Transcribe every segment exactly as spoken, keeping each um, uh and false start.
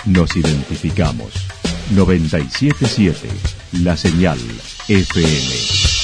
Nos identificamos. noventa y siete punto siete, La Señal F M.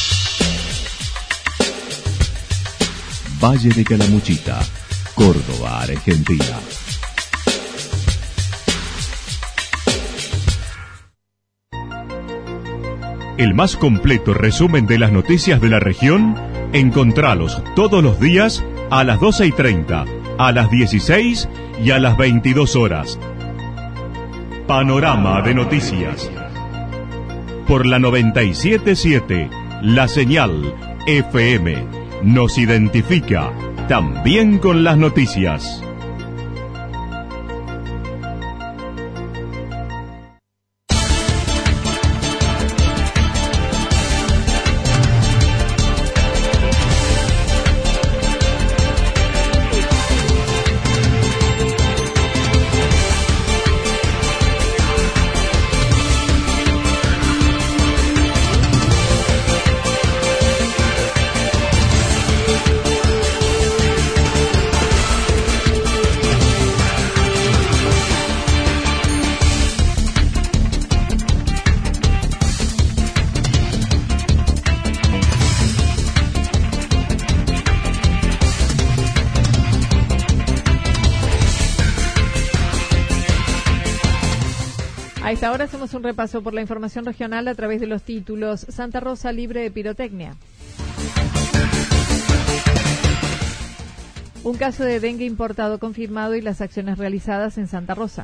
Valle de Calamuchita, Córdoba, Argentina. El más completo resumen de las noticias de la región, encontralos todos los días a las doce y treinta, a las dieciséis y a las veintidós horas. Panorama de noticias. Por la noventa y siete punto siete, La Señal F M. Nos identifica también con las noticias. A esta hora hacemos un repaso por la información regional a través de los títulos. Santa Rosa libre de pirotecnia. Un caso de dengue importado confirmado y las acciones realizadas en Santa Rosa.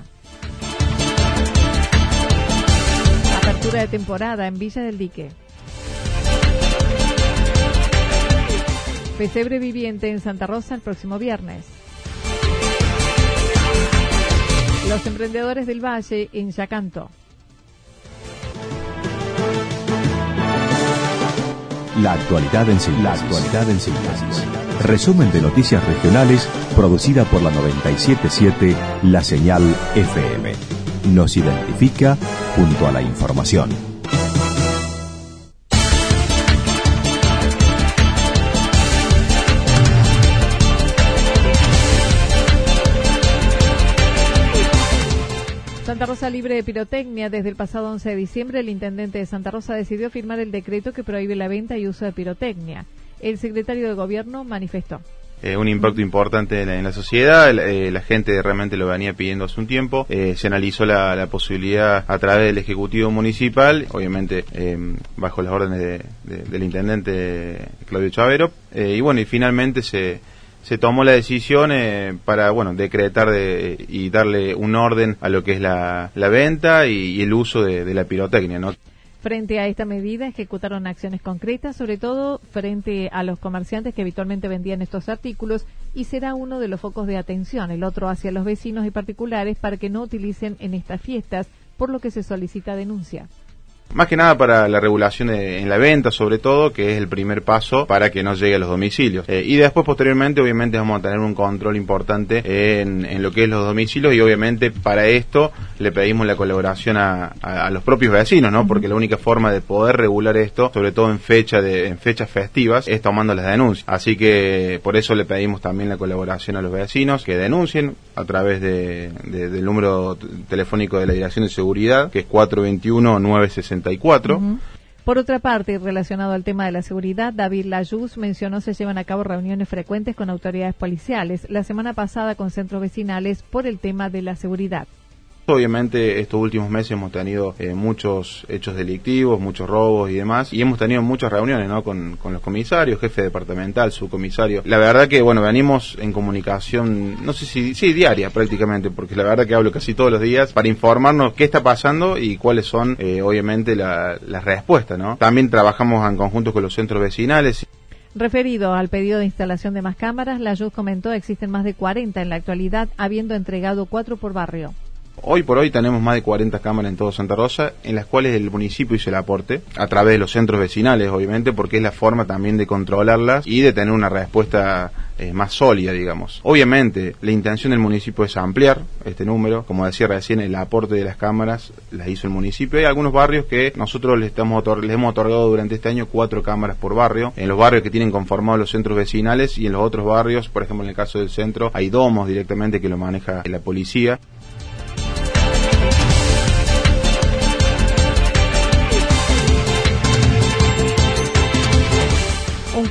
Apertura de temporada en Villa del Dique. Pesebre viviente en Santa Rosa el próximo viernes. Los emprendedores del Valle en Yacanto. La actualidad en síntesis. La actualidad en síntesis. Resumen de noticias regionales producida por la noventa y siete punto siete La Señal F M. Nos identifica junto a la información. Santa Rosa libre de pirotecnia. Desde el pasado once de diciembre, el intendente de Santa Rosa decidió firmar el decreto que prohíbe la venta y uso de pirotecnia. El secretario de Gobierno manifestó. Eh, un impacto importante en la, en la sociedad, eh, la gente realmente lo venía pidiendo hace un tiempo, eh, se analizó la, la posibilidad a través del Ejecutivo Municipal, obviamente eh, bajo las órdenes de, de, del intendente Claudio Chavero, eh, y bueno, y finalmente se... se tomó la decisión eh, para, bueno, decretar de, y darle un orden a lo que es la, la venta y, y el uso de, de la pirotecnia, ¿no? Frente a esta medida, ejecutaron acciones concretas, sobre todo frente a los comerciantes que habitualmente vendían estos artículos, y será uno de los focos de atención, el otro hacia los vecinos y particulares para que no utilicen en estas fiestas, por lo que se solicita denuncia. Más que nada para la regulación de, en la venta, sobre todo, que es el primer paso para que no llegue a los domicilios. Eh, y después, posteriormente, obviamente vamos a tener un control importante en, en lo que es los domicilios, y obviamente para esto le pedimos la colaboración a, a, a los propios vecinos, ¿no? Porque la única forma de poder regular esto, sobre todo en fecha de en fechas festivas, es tomando las denuncias. Así que por eso le pedimos también la colaboración a los vecinos que denuncien a través de, de, del número telefónico de la Dirección de Seguridad, que es cuatro dos uno, nueve seis cuatro. Uh-huh. Por otra parte, relacionado al tema de la seguridad, David Layuz mencionó se llevan a cabo reuniones frecuentes con autoridades policiales, la semana pasada con centros vecinales por el tema de la seguridad. Obviamente estos últimos meses hemos tenido eh, muchos hechos delictivos, muchos robos y demás, y hemos tenido muchas reuniones, ¿no? con, con los comisarios, jefe departamental, subcomisario. La verdad que, bueno, venimos en comunicación, no sé si, sí, diaria prácticamente, porque la verdad que hablo casi todos los días para informarnos qué está pasando y cuáles son, eh, obviamente, la, las respuestas, ¿no? También trabajamos en conjunto con los centros vecinales. Referido al pedido de instalación de más cámaras, Layuz comentó existen más de cuarenta en la actualidad, habiendo entregado cuatro por barrio. Hoy por hoy tenemos más de cuarenta cámaras en todo Santa Rosa, en las cuales el municipio hizo el aporte, a través de los centros vecinales, obviamente, porque es la forma también de controlarlas y de tener una respuesta eh, más sólida, digamos. Obviamente, la intención del municipio es ampliar este número, como decía recién, el aporte de las cámaras las hizo el municipio. Hay algunos barrios que nosotros les, estamos otor- les hemos otorgado durante este año cuatro cámaras por barrio, en los barrios que tienen conformados los centros vecinales, y en los otros barrios, por ejemplo en el caso del centro, hay domos directamente que lo maneja la policía.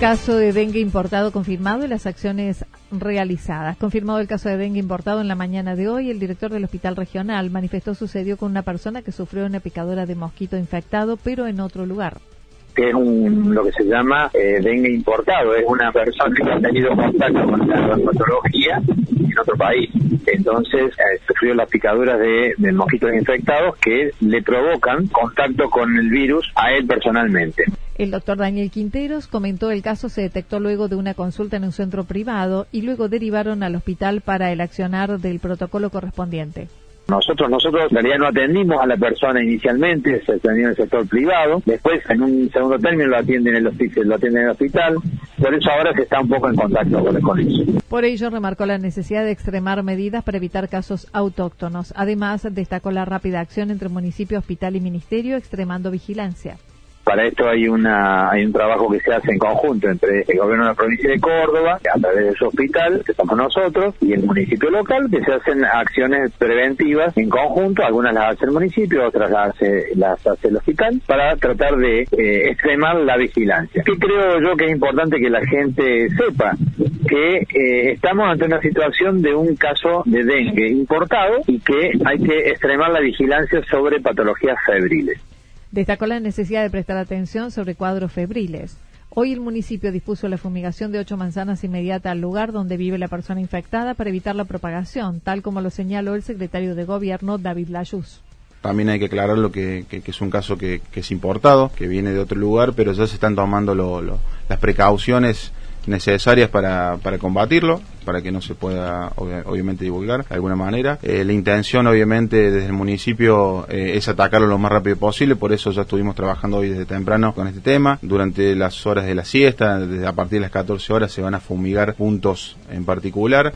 Caso de dengue importado confirmado y las acciones realizadas. Confirmado el caso de dengue importado en la mañana de hoy, el director del hospital regional manifestó sucedió con una persona que sufrió una picadura de mosquito infectado, pero en otro lugar. Que es un, lo que se llama eh, dengue importado, es una persona que ha tenido contacto con la dermatología en otro país. Entonces eh, sufrió las picaduras de, de mosquitos infectados que le provocan contacto con el virus a él personalmente. El doctor Daniel Quinteros comentó el caso se detectó luego de una consulta en un centro privado y luego derivaron al hospital para el accionar del protocolo correspondiente. Nosotros nosotros en realidad no atendimos a la persona inicialmente, se atendió en el sector privado, después en un segundo término lo atienden en el hospital, lo atienden en el hospital, por eso ahora se está un poco en contacto con el colegio. Por ello remarcó la necesidad de extremar medidas para evitar casos autóctonos. Además, destacó la rápida acción entre municipio, hospital y ministerio, extremando vigilancia. Para esto hay una hay un trabajo que se hace en conjunto entre el gobierno de la provincia de Córdoba, a través de su hospital, que somos nosotros, y el municipio local, que se hacen acciones preventivas en conjunto, algunas las hace el municipio, otras las hace, las hace el hospital, para tratar de eh, extremar la vigilancia. Que creo yo que es importante que la gente sepa que eh, estamos ante una situación de un caso de dengue importado y que hay que extremar la vigilancia sobre patologías febriles. Destacó la necesidad de prestar atención sobre cuadros febriles. Hoy el municipio dispuso la fumigación de ocho manzanas inmediata al lugar donde vive la persona infectada para evitar la propagación, tal como lo señaló el secretario de Gobierno, David Layuz. También hay que aclarar lo que, que, que es un caso que, que es importado, que viene de otro lugar, pero ya se están tomando lo, lo, las precauciones necesarias para, para combatirlo, para que no se pueda ob- obviamente divulgar de alguna manera. Eh, la intención obviamente desde el municipio eh, es atacarlo lo más rápido posible, por eso ya estuvimos trabajando hoy desde temprano con este tema. Durante las horas de la siesta, desde a partir de las catorce horas se van a fumigar puntos en particular.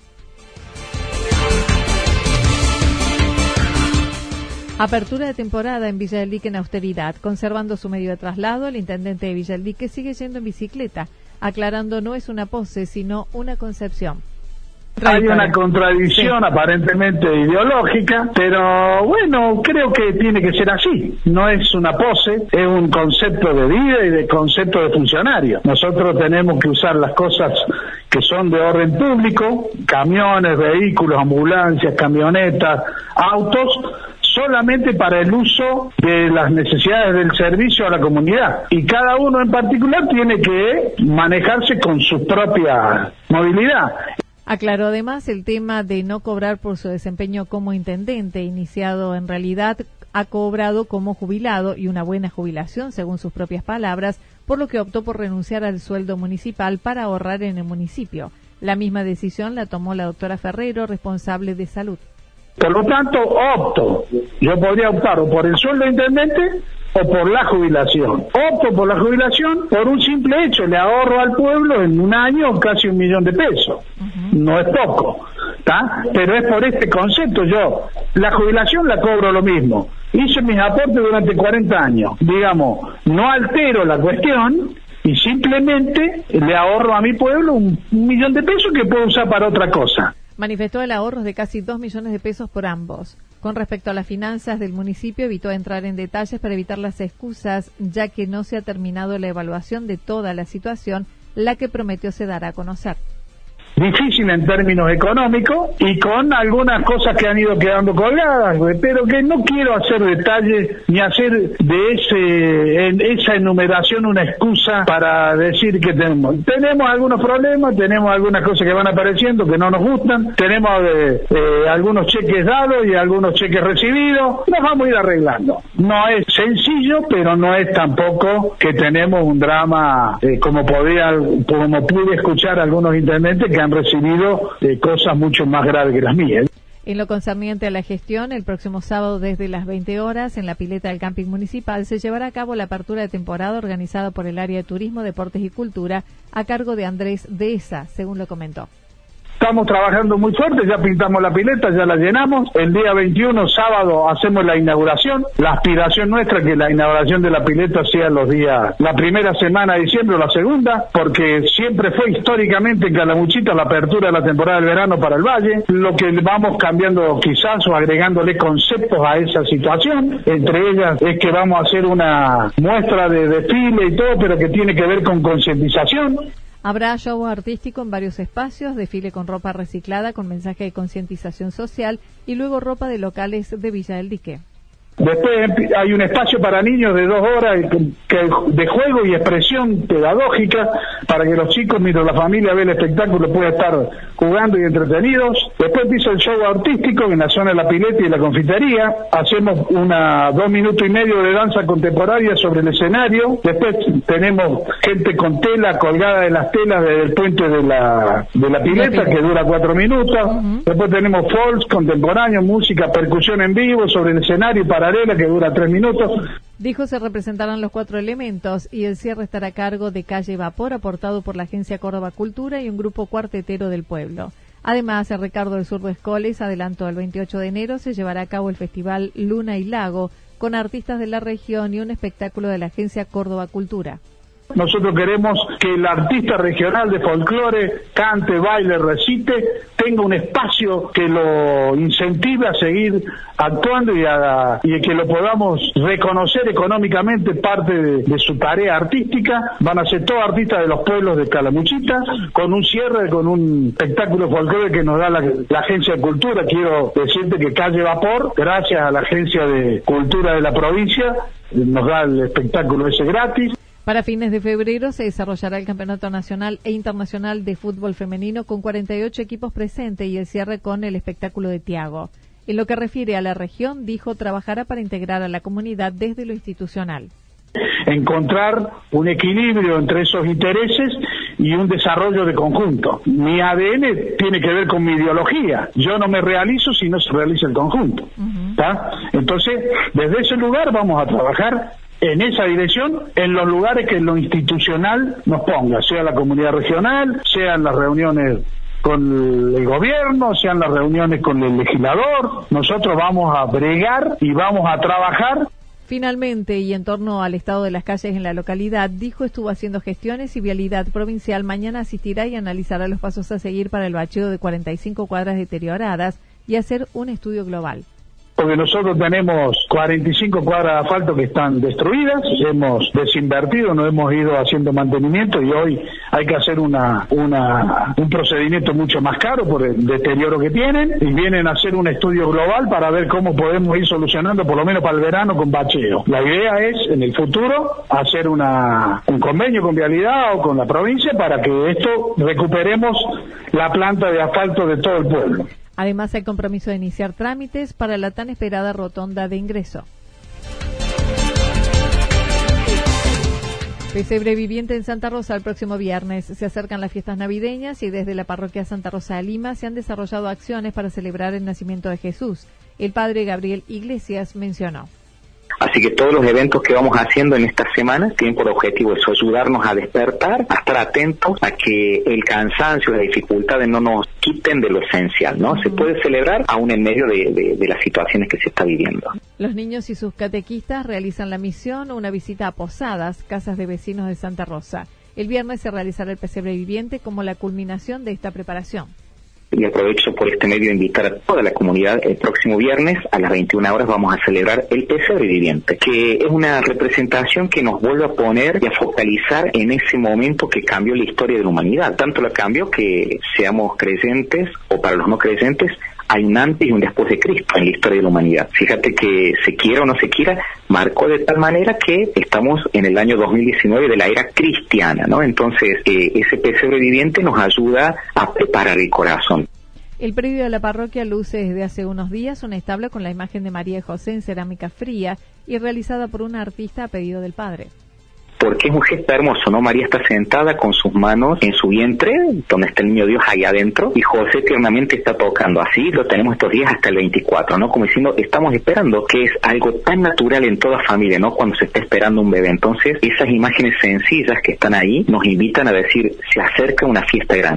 Apertura de temporada en Villa del Dique en austeridad. Conservando su medio de traslado, el intendente de Villa del Dique sigue yendo en bicicleta, aclarando no es una pose, sino una concepción. Hay una contradicción sí. aparentemente ideológica, pero bueno, creo que tiene que ser así. No es una pose, es un concepto de vida y de concepto de funcionario. Nosotros tenemos que usar las cosas que son de orden público, camiones, vehículos, ambulancias, camionetas, autos, solamente para el uso de las necesidades del servicio a la comunidad. Y cada uno en particular tiene que manejarse con su propia movilidad. Aclaró además el tema de no cobrar por su desempeño como intendente, iniciado en realidad ha cobrado como jubilado y una buena jubilación, según sus propias palabras, por lo que optó por renunciar al sueldo municipal para ahorrar en el municipio. La misma decisión la tomó la doctora Ferrero, responsable de salud. Por lo tanto, opto. Yo podría optar o por el sueldo de intendente o por la jubilación. Opto por la jubilación por un simple hecho. Le ahorro al pueblo en un año casi un millón de pesos. Uh-huh. No es poco, ¿tá? Pero es por este concepto. Yo, la jubilación la cobro lo mismo. Hice mis aportes durante cuarenta años. Digamos, no altero la cuestión y simplemente le ahorro a mi pueblo un, un millón de pesos que puedo usar para otra cosa. Manifestó el ahorro de casi dos millones de pesos por ambos. Con respecto a las finanzas del municipio, evitó entrar en detalles para evitar las excusas, ya que no se ha terminado la evaluación de toda la situación, la que prometió se dará a conocer. Difícil en términos económicos y con algunas cosas que han ido quedando colgadas, pero que no quiero hacer detalles ni hacer de ese en esa enumeración una excusa para decir que tenemos tenemos algunos problemas, tenemos algunas cosas que van apareciendo que no nos gustan, tenemos eh, eh, algunos cheques dados y algunos cheques recibidos, nos vamos a ir arreglando. No es sencillo, pero no es tampoco que tenemos un drama eh, como podía como pude escuchar algunos intendentes que han recibido eh, cosas mucho más graves que las mías. En lo concerniente a la gestión, el próximo sábado desde las veinte horas en la pileta del camping municipal se llevará a cabo la apertura de temporada organizada por el área de Turismo, Deportes y Cultura a cargo de Andrés Dehesa, según lo comentó. Estamos trabajando muy fuerte, ya pintamos la pileta, ya la llenamos. El día veintiuno, sábado, hacemos la inauguración. La aspiración nuestra es que la inauguración de la pileta sea los días, la primera semana de diciembre o la segunda, porque siempre fue históricamente en Calamuchita la apertura de la temporada del verano para el Valle. Lo que vamos cambiando quizás o agregándole conceptos a esa situación, entre ellas es que vamos a hacer una muestra de desfile y todo, pero que tiene que ver con concientización. Habrá show artístico en varios espacios, desfile con ropa reciclada con mensaje de concientización social y luego ropa de locales de Villa del Dique. Después hay un espacio para niños de dos horas de juego y expresión pedagógica para que los chicos, mientras la familia ve el espectáculo, puedan estar jugando y entretenidos. Después empieza el show artístico en la zona de la pileta y la confitería. Hacemos una dos minutos y medio de danza contemporánea sobre el escenario. Después tenemos gente con tela colgada de las telas desde el puente de la de la pileta que dura cuatro minutos. Uh-huh. Después tenemos folks contemporáneos, música, percusión en vivo sobre el escenario para que dura tres minutos. Dijo se representarán los cuatro elementos y el cierre estará a cargo de Calle Vapor, aportado por la Agencia Córdoba Cultura y un grupo cuartetero del pueblo. Además, el Ricardo del Zurdo Escoles adelantó el veintiocho de enero se llevará a cabo el Festival Luna y Lago con artistas de la región y un espectáculo de la Agencia Córdoba Cultura. Nosotros queremos que el artista regional de folclore cante, baile, recite, tenga un espacio que lo incentive a seguir actuando y, a, y que lo podamos reconocer económicamente parte de, de su tarea artística. Van a ser todos artistas de los pueblos de Calamuchita, con un cierre, con un espectáculo folclore que nos da la, la Agencia de Cultura. Quiero decirte que Calle Vapor, gracias a la Agencia de Cultura de la provincia, nos da el espectáculo ese gratis. Para fines de febrero se desarrollará el Campeonato Nacional e Internacional de Fútbol Femenino con cuarenta y ocho equipos presentes y el cierre con el espectáculo de Tiago. En lo que refiere a la región, dijo, trabajará para integrar a la comunidad desde lo institucional. Encontrar un equilibrio entre esos intereses y un desarrollo de conjunto. Mi A D N tiene que ver con mi ideología. Yo no me realizo si no se realiza el conjunto. Uh-huh. ¿Tá? Entonces, desde ese lugar vamos a trabajar en esa dirección, en los lugares que lo institucional nos ponga, sea la comunidad regional, sean las reuniones con el gobierno, sean las reuniones con el legislador. Nosotros vamos a bregar y vamos a trabajar. Finalmente, y en torno al estado de las calles en la localidad, dijo estuvo haciendo gestiones y Vialidad Provincial mañana asistirá y analizará los pasos a seguir para el bacheo de cuarenta y cinco cuadras deterioradas y hacer un estudio global. Porque nosotros tenemos cuarenta y cinco cuadras de asfalto que están destruidas, hemos desinvertido, no hemos ido haciendo mantenimiento y hoy hay que hacer una, una un procedimiento mucho más caro por el deterioro que tienen y vienen a hacer un estudio global para ver cómo podemos ir solucionando, por lo menos para el verano, con bacheo. La idea es, en el futuro, hacer una un convenio con Vialidad o con la provincia para que esto recuperemos la planta de asfalto de todo el pueblo. Además, hay compromiso de iniciar trámites para la tan esperada rotonda de ingreso. Pesebre viviente en Santa Rosa el próximo viernes. Se acercan las fiestas navideñas y desde la parroquia Santa Rosa de Lima se han desarrollado acciones para celebrar el nacimiento de Jesús. El padre Gabriel Iglesias mencionó. Así que todos los eventos que vamos haciendo en estas semanas tienen por objetivo eso, ayudarnos a despertar, a estar atentos a que el cansancio, las dificultades no nos quiten de lo esencial, ¿no? Uh-huh. Se puede celebrar aún en medio de, de, de las situaciones que se está viviendo. Los niños y sus catequistas realizan la misión o una visita a posadas, casas de vecinos de Santa Rosa. El viernes se realizará el pesebre viviente como la culminación de esta preparación. Y aprovecho por este medio de invitar a toda la comunidad. El próximo viernes a las veintiuna horas vamos a celebrar el Pesebre Viviente, que es una representación que nos vuelve a poner y a focalizar en ese momento que cambió la historia de la humanidad. Tanto la cambió que seamos creyentes o para los no creyentes hay un antes y un después de Cristo en la historia de la humanidad. Fíjate que se quiera o no se quiera, marcó de tal manera que estamos en el año dos mil diecinueve de la era cristiana, ¿no? Entonces, eh, ese pesebre viviente nos ayuda a preparar el corazón. El predio de la parroquia luce desde hace unos días una establa con la imagen de María y José en cerámica fría y realizada por una artista a pedido del padre. Porque es un gesto hermoso, ¿no? María está sentada con sus manos en su vientre, donde está el niño Dios ahí adentro, y José tiernamente está tocando. Así lo tenemos estos días hasta el veinticuatro, ¿no? Como diciendo, estamos esperando, que es algo tan natural en toda familia, ¿no? Cuando se está esperando un bebé. Entonces, esas imágenes sencillas que están ahí nos invitan a decir, se acerca una fiesta grande.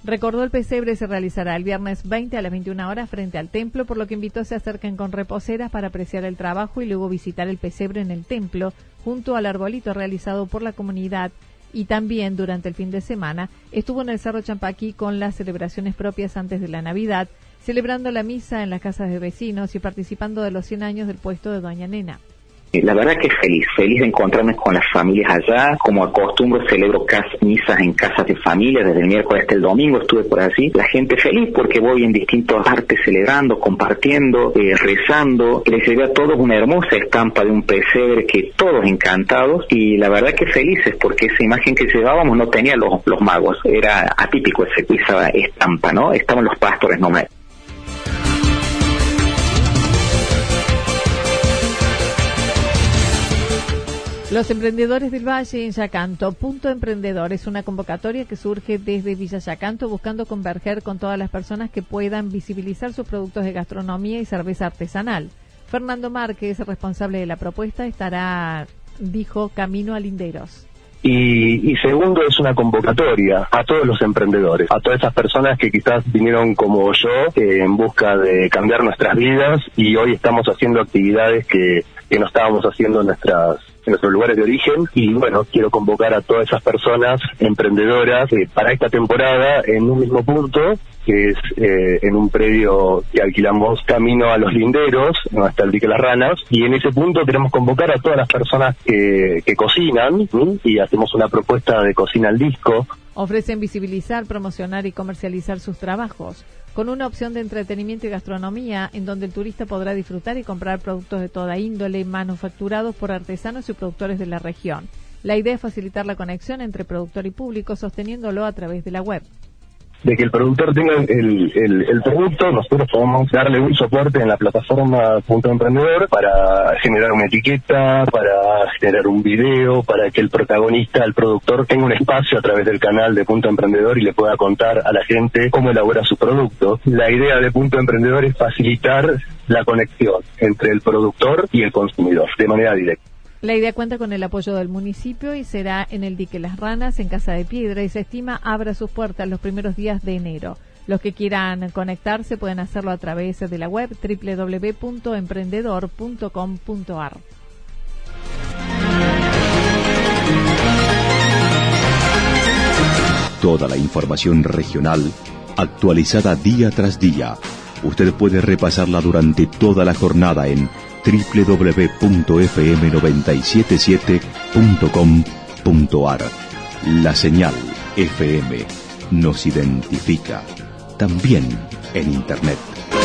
Recordó el pesebre se realizará el viernes veinte a las veintiuna horas frente al templo, por lo que invitó a se acerquen con reposeras para apreciar el trabajo y luego visitar el pesebre en el templo, junto al arbolito realizado por la comunidad. Y también durante el fin de semana estuvo en el Cerro Champaquí con las celebraciones propias antes de la Navidad, celebrando la misa en las casas de vecinos y participando de los cien años del puesto de Doña Nena. La verdad que feliz, feliz de encontrarme con las familias allá. Como acostumbro, celebro cas- misas en casas de familia, desde el miércoles hasta el domingo estuve por así. La gente feliz porque voy en distintas partes celebrando, compartiendo, eh, rezando. Les llevé a todos una hermosa estampa de un pesebre que todos encantados, y la verdad que felices porque esa imagen que llevábamos no tenía los, los magos, era atípico ese, esa estampa, ¿no? Estaban los pastores nomás. Los emprendedores del Valle en Yacanto. Punto Emprendedor es una convocatoria que surge desde Villa Yacanto buscando converger con todas las personas que puedan visibilizar sus productos de gastronomía y cerveza artesanal. Fernando Márquez, responsable de la propuesta, estará, dijo, camino a Linderos. Y, y segundo, es una convocatoria a todos los emprendedores, a todas esas personas que quizás vinieron como yo eh, en busca de cambiar nuestras vidas, y hoy estamos haciendo actividades que, que no estábamos haciendo en nuestras en nuestros lugares de origen. Y bueno, quiero convocar a todas esas personas emprendedoras eh, para esta temporada en un mismo punto, que es eh, en un predio que alquilamos camino a Los Linderos, donde está el Dique Las Ranas, y en ese punto queremos convocar a todas las personas que, que cocinan, ¿sí? Y hacemos una propuesta de cocina al disco. Ofrecen visibilizar, promocionar y comercializar sus trabajos, con una opción de entretenimiento y gastronomía en donde el turista podrá disfrutar y comprar productos de toda índole manufacturados por artesanos y productores de la región. La idea es facilitar la conexión entre productor y público sosteniéndolo a través de la web. De que el productor tenga el, el, el producto, nosotros podemos darle un soporte en la plataforma Punto Emprendedor para generar una etiqueta, para generar un video, para que el protagonista, el productor, tenga un espacio a través del canal de Punto Emprendedor y le pueda contar a la gente cómo elabora su producto. La idea de Punto Emprendedor es facilitar la conexión entre el productor y el consumidor de manera directa. La idea cuenta con el apoyo del municipio y será en el Dique Las Ranas, en Casa de Piedra, y se estima abra sus puertas los primeros días de enero. Los que quieran conectarse pueden hacerlo a través de la web doble u doble u doble u punto emprendedor punto com punto a r. Toda la información regional actualizada día tras día. Usted puede repasarla durante toda la jornada en doble u doble u doble u punto efe eme noventa y siete siete punto com punto a r. La señal F M nos identifica también en Internet.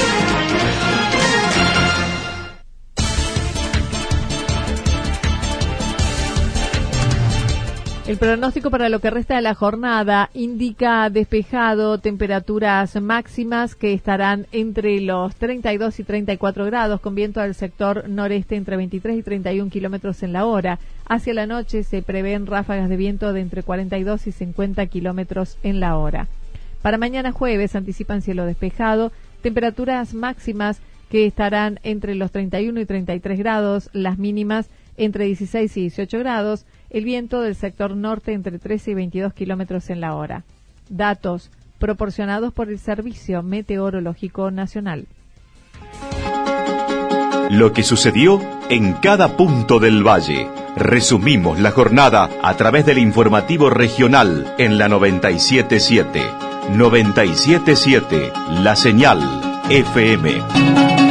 El pronóstico para lo que resta de la jornada indica despejado, temperaturas máximas que estarán entre los treinta y dos y treinta y cuatro grados, con viento del sector noreste entre veintitrés y treinta y un kilómetros en la hora. Hacia la noche se prevén ráfagas de viento de entre cuarenta y dos y cincuenta kilómetros en la hora. Para mañana jueves anticipan cielo despejado, temperaturas máximas que estarán entre los treinta y uno y treinta y tres grados, las mínimas entre dieciséis y dieciocho grados, el viento del sector norte entre trece y veintidós kilómetros en la hora. Datos proporcionados por el Servicio Meteorológico Nacional. Lo que sucedió en cada punto del valle. Resumimos la jornada a través del informativo regional en la noventa y siete punto siete. noventa y siete punto siete, La Señal F M.